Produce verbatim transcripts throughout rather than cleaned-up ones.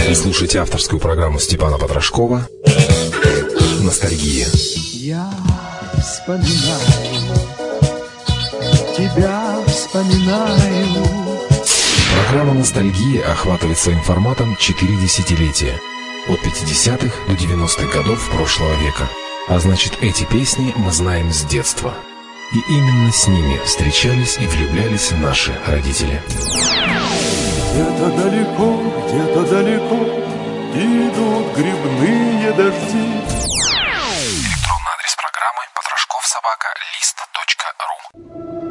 Вы слушаете авторскую программу Степана Потрошкова «Ностальгия». Я вспоминаю, тебя вспоминаю. Программа «Ностальгия» охватывает своим форматом четыре десятилетия. От пятидесятых до девяностых годов прошлого века. А значит, эти песни мы знаем с детства. И именно с ними встречались и влюблялись наши родители. Где-то далеко, где-то далеко идут грибные дожди. Электронный адрес программы потрошков собака лист точка ру.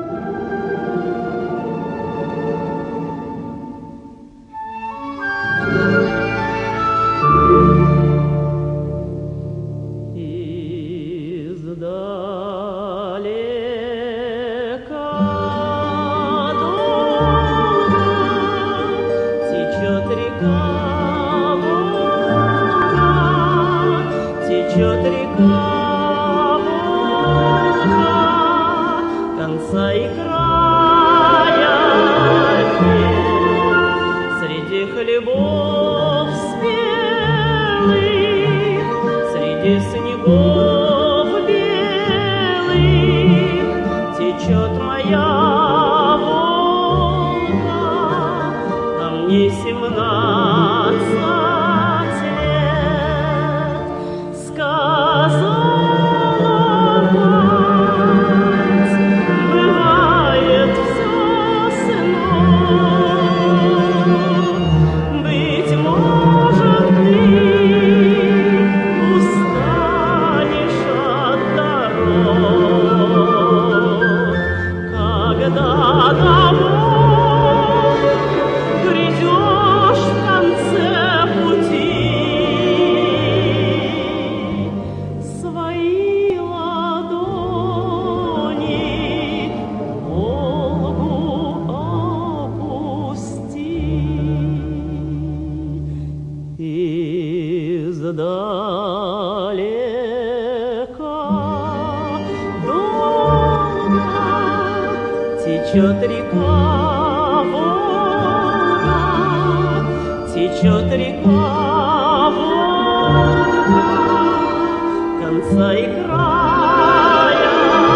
Течет река Волга, течет река Волга, конца и края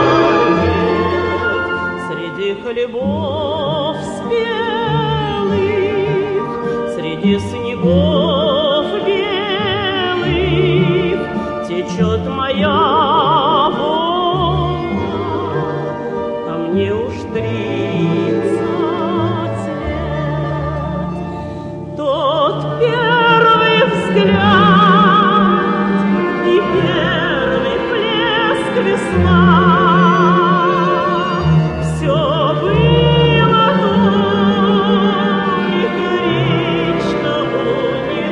нет. Среди хлебов спелых, среди снегов белых течет моя Волга, а мне уж тридцать лет. Тот первый взгляд и первый плеск весна, все было только речка будет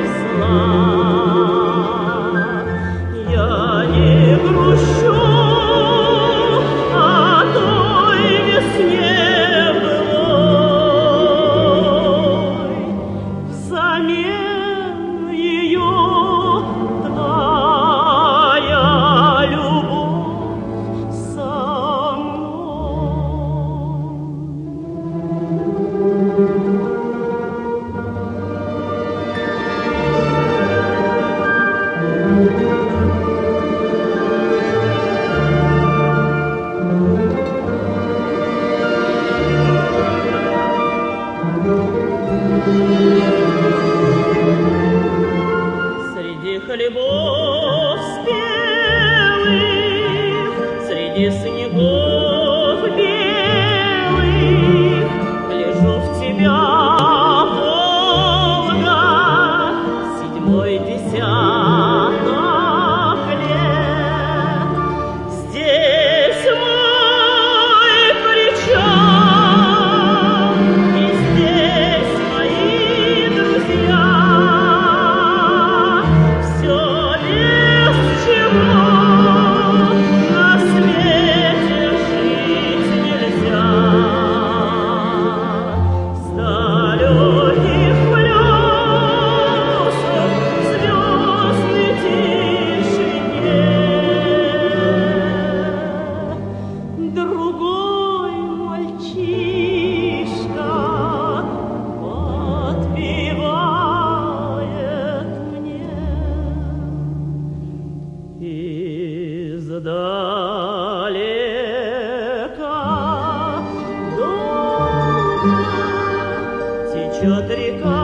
Течет река,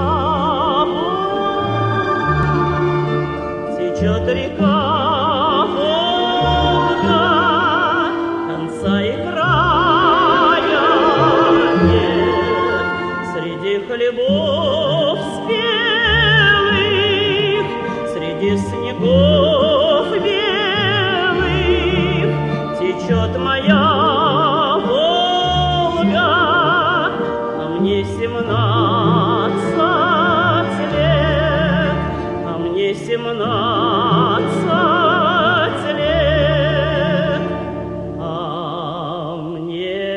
течет река Волга, конца и края нет. Среди хлебов спелых, среди снегов белых течет моя Волга, а мне семнадцать лет, а мне семнадцать лет, а мне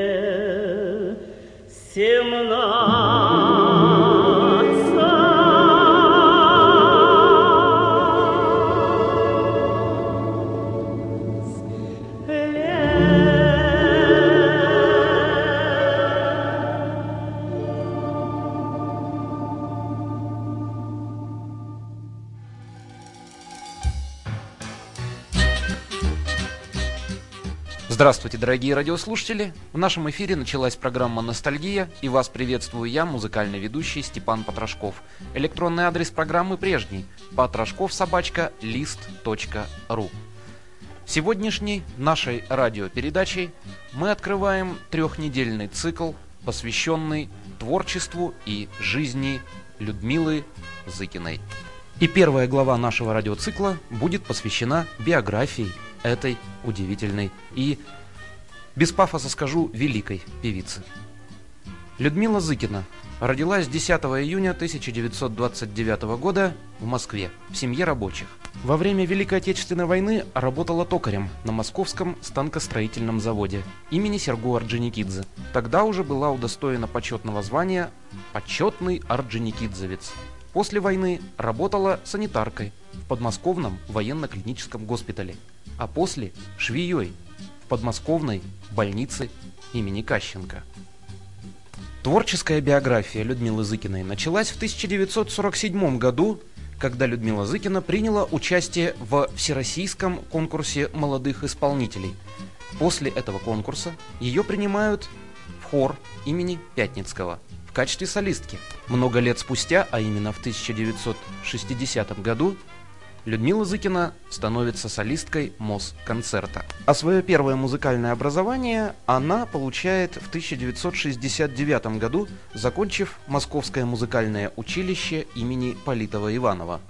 семнадцать лет. Здравствуйте, дорогие радиослушатели! В нашем эфире началась программа «Ностальгия», и вас приветствую я, музыкальный ведущий Степан Потрошков. Электронный адрес программы прежний – потрошков собака лист точка ру. Сегодняшней нашей радиопередачей мы открываем трехнедельный цикл, посвященный творчеству и жизни Людмилы Зыкиной. И первая глава нашего радиоцикла будет посвящена биографии этой удивительной и, без пафоса скажу, великой певицы. Людмила Зыкина родилась десятого июня тысяча девятьсот двадцать девятого года в Москве, в семье рабочих. Во время Великой Отечественной войны работала токарем на Московском станкостроительном заводе имени Серго Орджоникидзе. Тогда уже была удостоена почетного звания «Почетный орджоникидзевец». После войны работала санитаркой в подмосковном военно-клиническом госпитале, а после – швеей в подмосковной больнице имени Кащенко. Творческая биография Людмилы Зыкиной началась в тысяча девятьсот сорок седьмом году, когда Людмила Зыкина приняла участие в всероссийском конкурсе молодых исполнителей. После этого конкурса ее принимают в хор имени Пятницкого в качестве солистки. Много лет спустя, а именно в тысяча девятьсот шестидесятом году, Людмила Зыкина становится солисткой Москонцерта. А свое первое музыкальное образование она получает в тысяча девятьсот шестьдесят девятом году, закончив Московское музыкальное училище имени Политова-Иванова.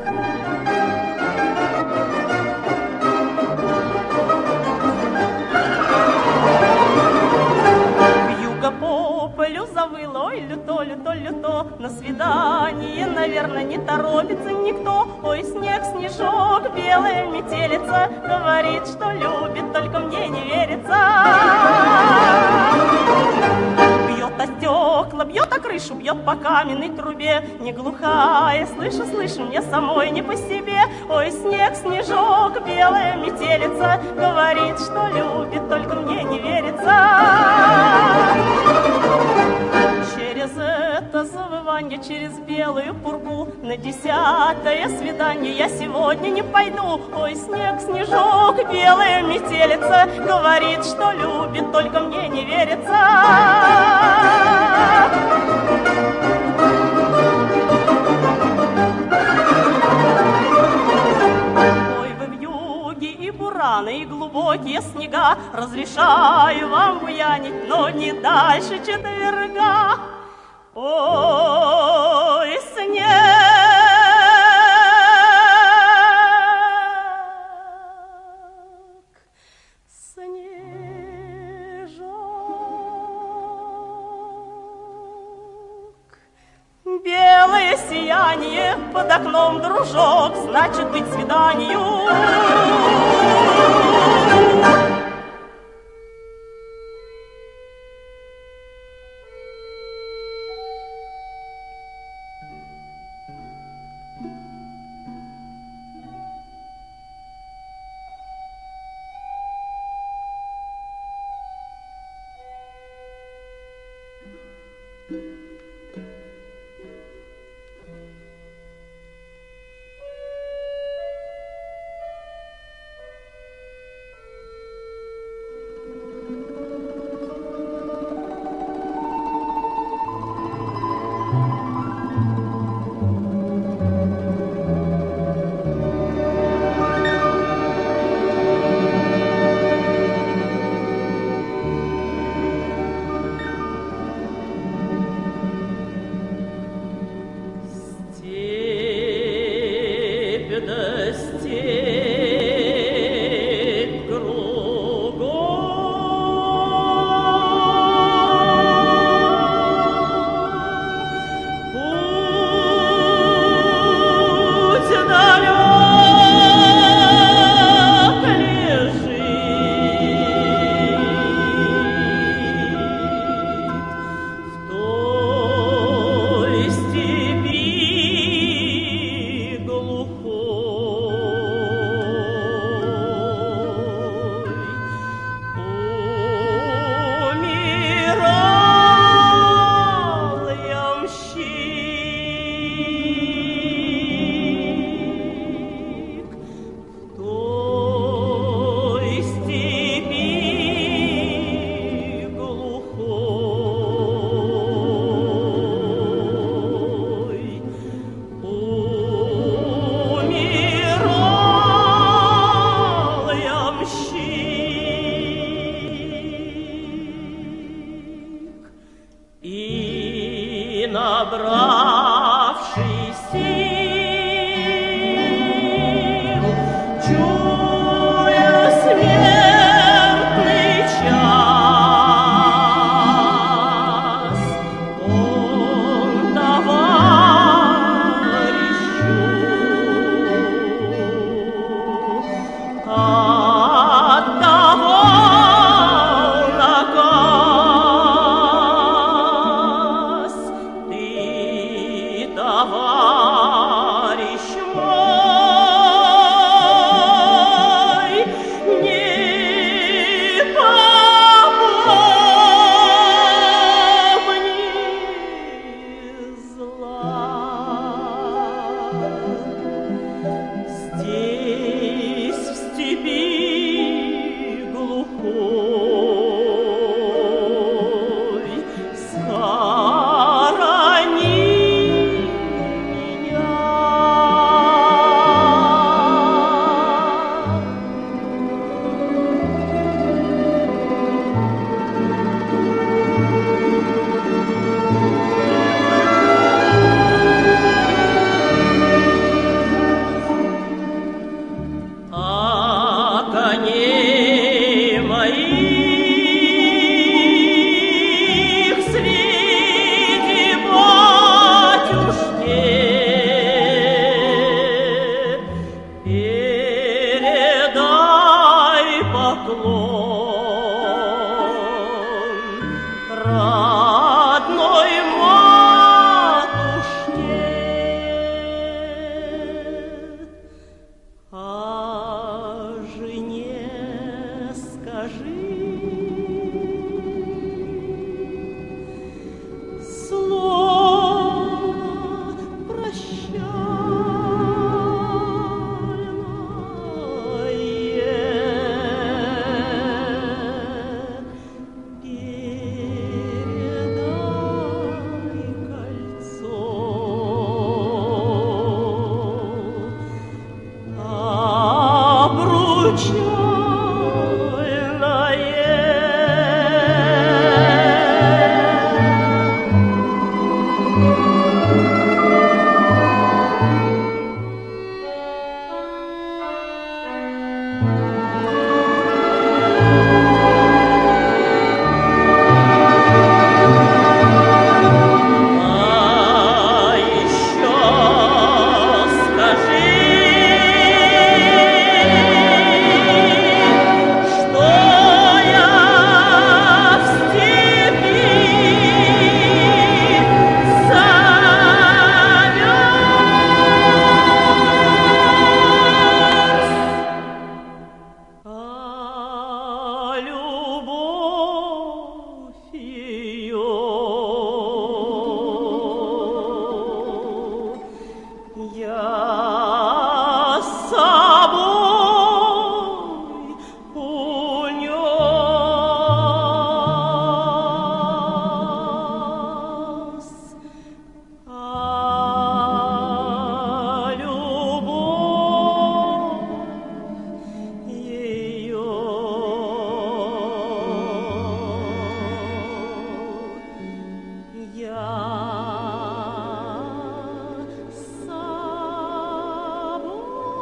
Люто-люто, на свидание, наверное, не торопится никто. Ой, снег, снежок, белая метелица, говорит, что любит, только мне не верится. Бьет о стекла, бьет о крышу, бьет по каменной трубе. Не глухая, слышу, слышу, мне самой не по себе. Ой, снег, снежок, белая метелица, говорит, что любит, только мне не верится. Через это завывание, через белую пургу, на десятое свидание я сегодня не пойду. Ой, снег, снежок, белая метелица, говорит, что любит, только мне не верится. Ой, вы в юге и бураны, и глубокие снега, разрешаю вам буянить, но не дальше четверга. Ой, снег, снежок, белое сияние под окном, дружок, значит быть свиданию. товарищ мой, не попомни зла. Здесь, в степи глухой, схорони меня. А коней моих среди батюшки передай поклон родной матушке. А жене скажи слово прощальное, передай кольцо. А еще скажи, что я в степи замерз, а любовь ее я с собой унес, а любовь ее я с собой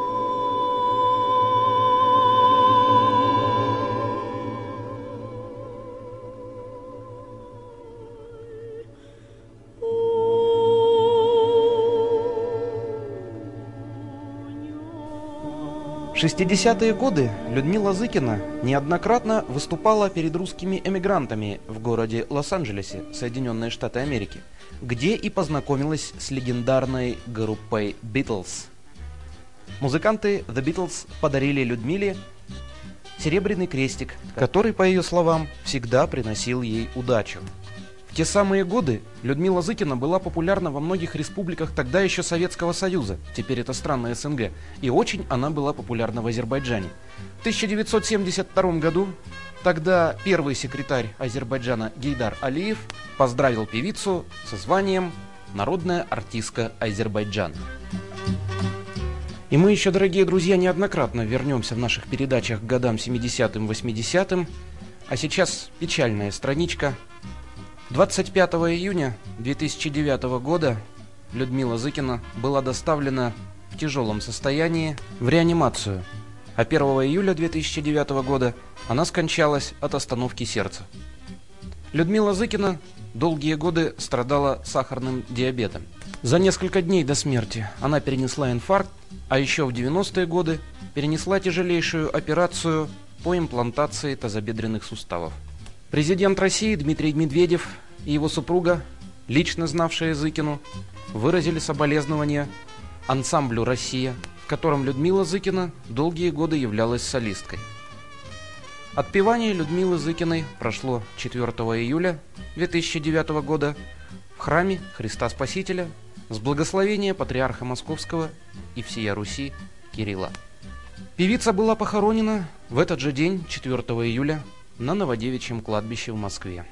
В шестидесятые годы Людмила Зыкина неоднократно выступала перед русскими эмигрантами в городе Лос-Анджелесе, Соединенные Штаты Америки, где и познакомилась с легендарной группой Beatles. Музыканты The Beatles подарили Людмиле серебряный крестик, который, по ее словам, всегда приносил ей удачу. В те самые годы Людмила Зыкина была популярна во многих республиках тогда еще Советского Союза, теперь это страны СНГ, и очень она была популярна в Азербайджане. В тысяча девятьсот семьдесят втором году тогда первый секретарь Азербайджана Гейдар Алиев поздравил певицу со званием «Народная артистка Азербайджана». И мы еще, дорогие друзья, неоднократно вернемся в наших передачах к годам семидесятым, восьмидесятым, а сейчас печальная страничка. двадцать пятого июня две тысячи девятого года Людмила Зыкина была доставлена в тяжелом состоянии в реанимацию, а первого июля две тысячи девятого года она скончалась от остановки сердца. Людмила Зыкина долгие годы страдала сахарным диабетом. За несколько дней до смерти она перенесла инфаркт, а еще в девяностые годы перенесла тяжелейшую операцию по имплантации тазобедренных суставов. Президент России Дмитрий Медведев и его супруга лично знавшие Зыкину, выразили соболезнования ансамблю «Россия», в котором Людмила Зыкина долгие годы являлась солисткой. Отпевание Людмилы Зыкиной прошло четвёртого июля две тысячи девятого года в храме Христа Спасителя с благословения патриарха Московского и всея Руси Кирилла. Певица была похоронена в этот же день, четвёртого июля, на Новодевичьем кладбище в Москве.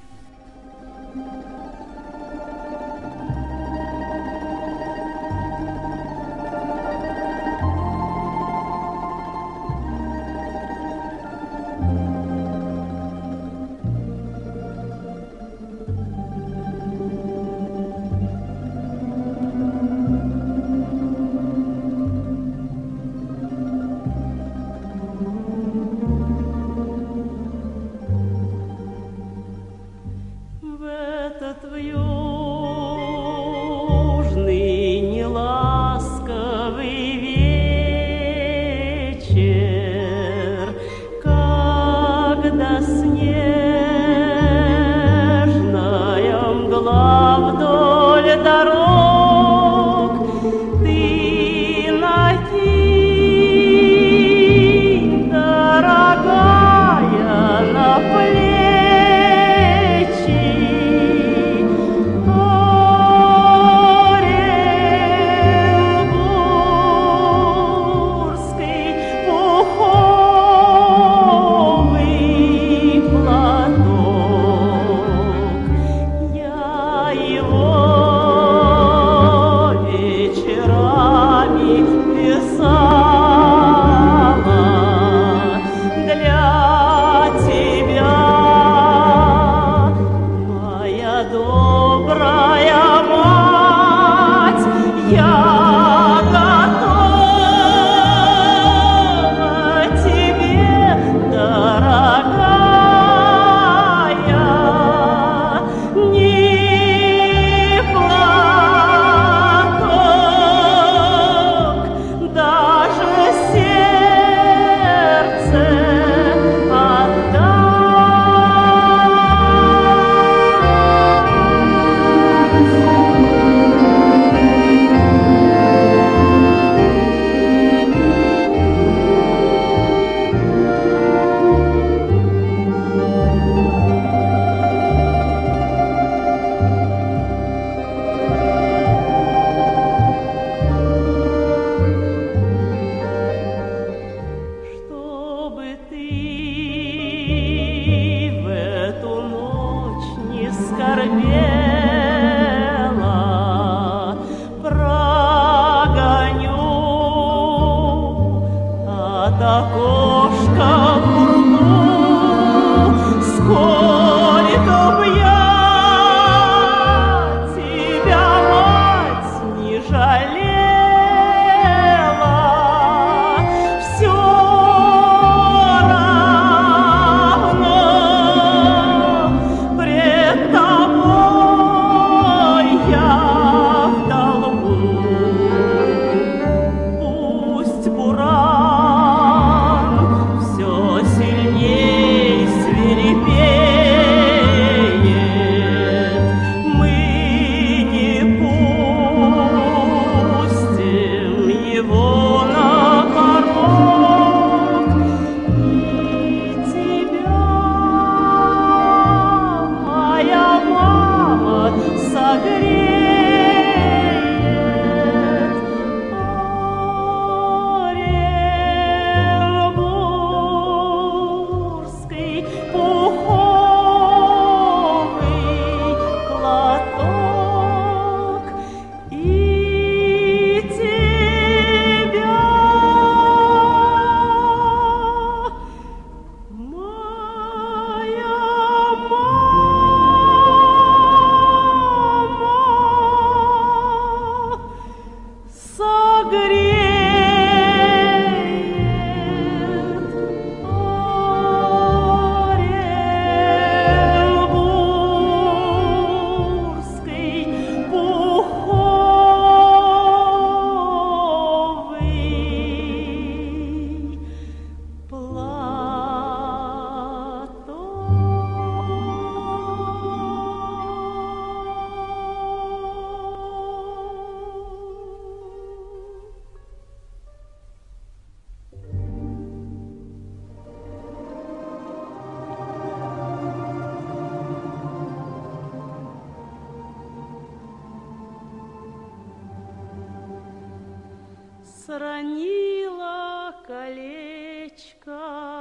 сранила колечко.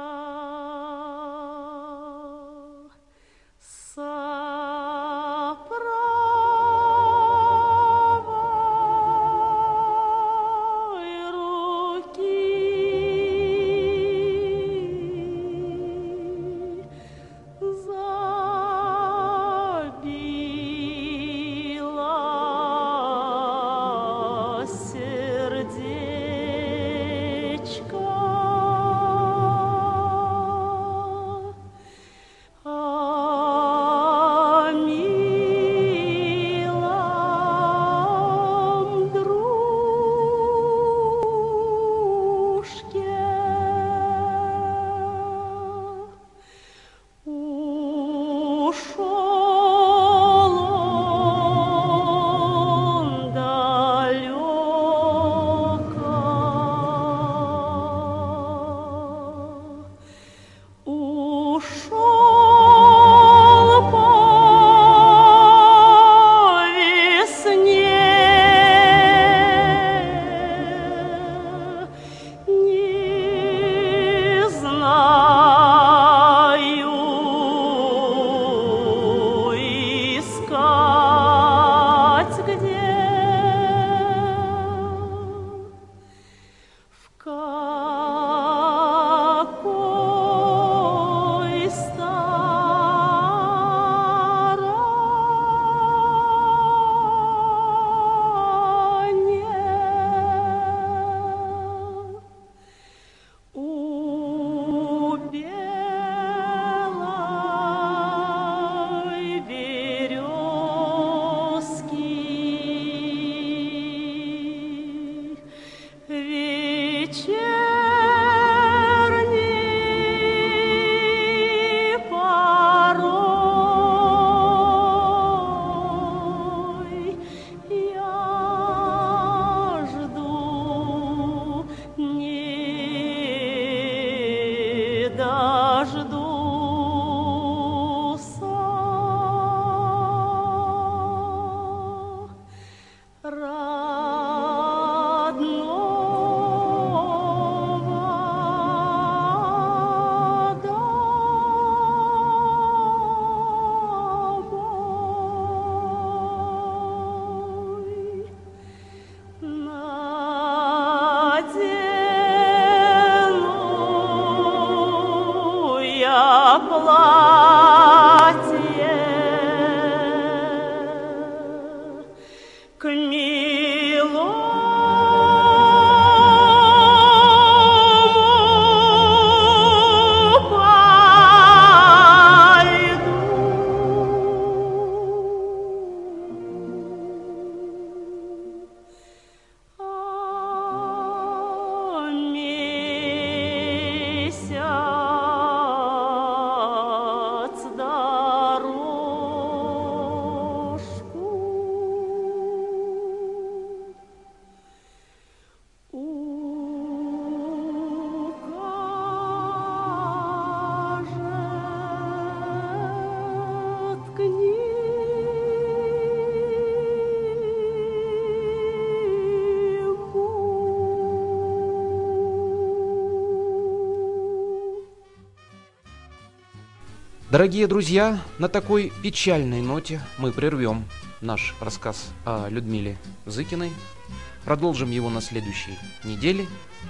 Дорогие друзья, на такой печальной ноте мы прервем наш рассказ о Людмиле Зыкиной. Продолжим его на следующей неделе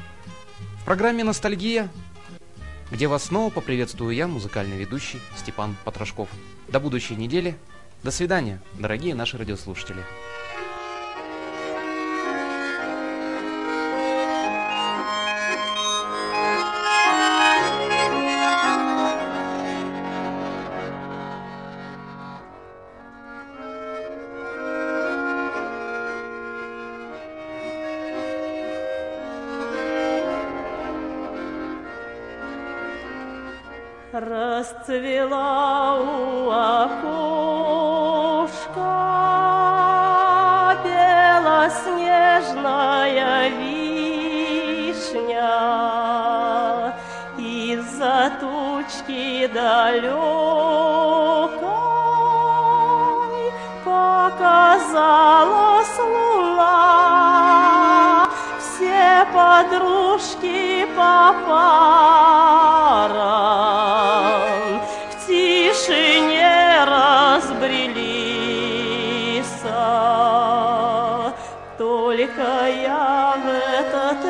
в программе «Ностальгия», где вас снова поприветствую я, музыкальный ведущий Степан Потрошков. До будущей недели. До свидания, дорогие наши радиослушатели. Расцвела у окошка белоснежная вишня, из-за тучки далекой показалась луна. Все подружки по парам в тишине разбрелись. Только я в этот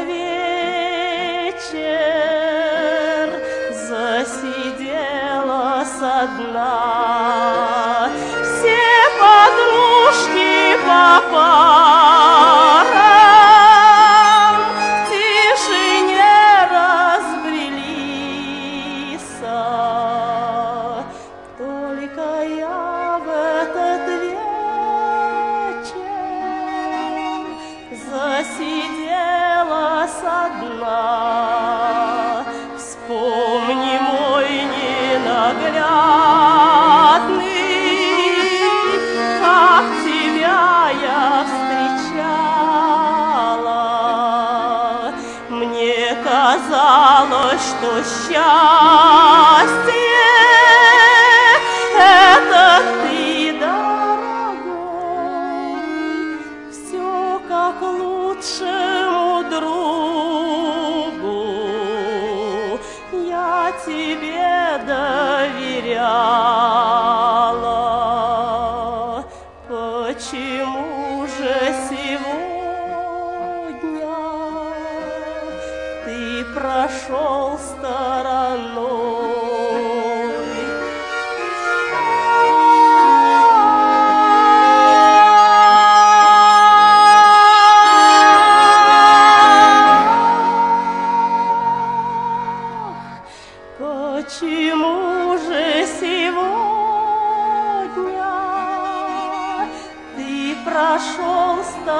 вечер засидела со дна. Все подружки по парам в тишине разбрелись. Только я в этот вечер засидела со дна. Вспомни мой ненаглядный, как тебя я встречала. Мне казалось, что счастье — это ты, дорогой, все как лучшему другу я тебе доверяла. Почему же сегодня ты прошел стороной? Почему же сегодня ты прошел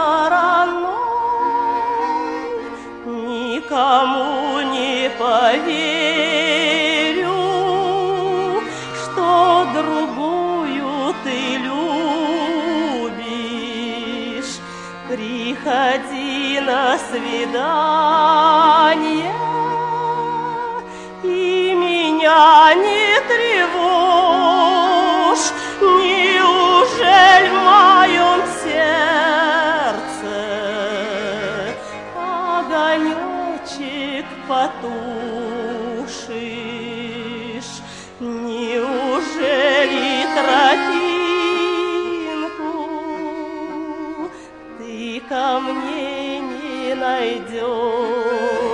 стороной? Никому не поверю, что другую ты любишь. Приходи на свидание и меня не тревожь. Неужели в моем сердце огонечек потушишь? Неужели тропинку ты ко мне не найдешь?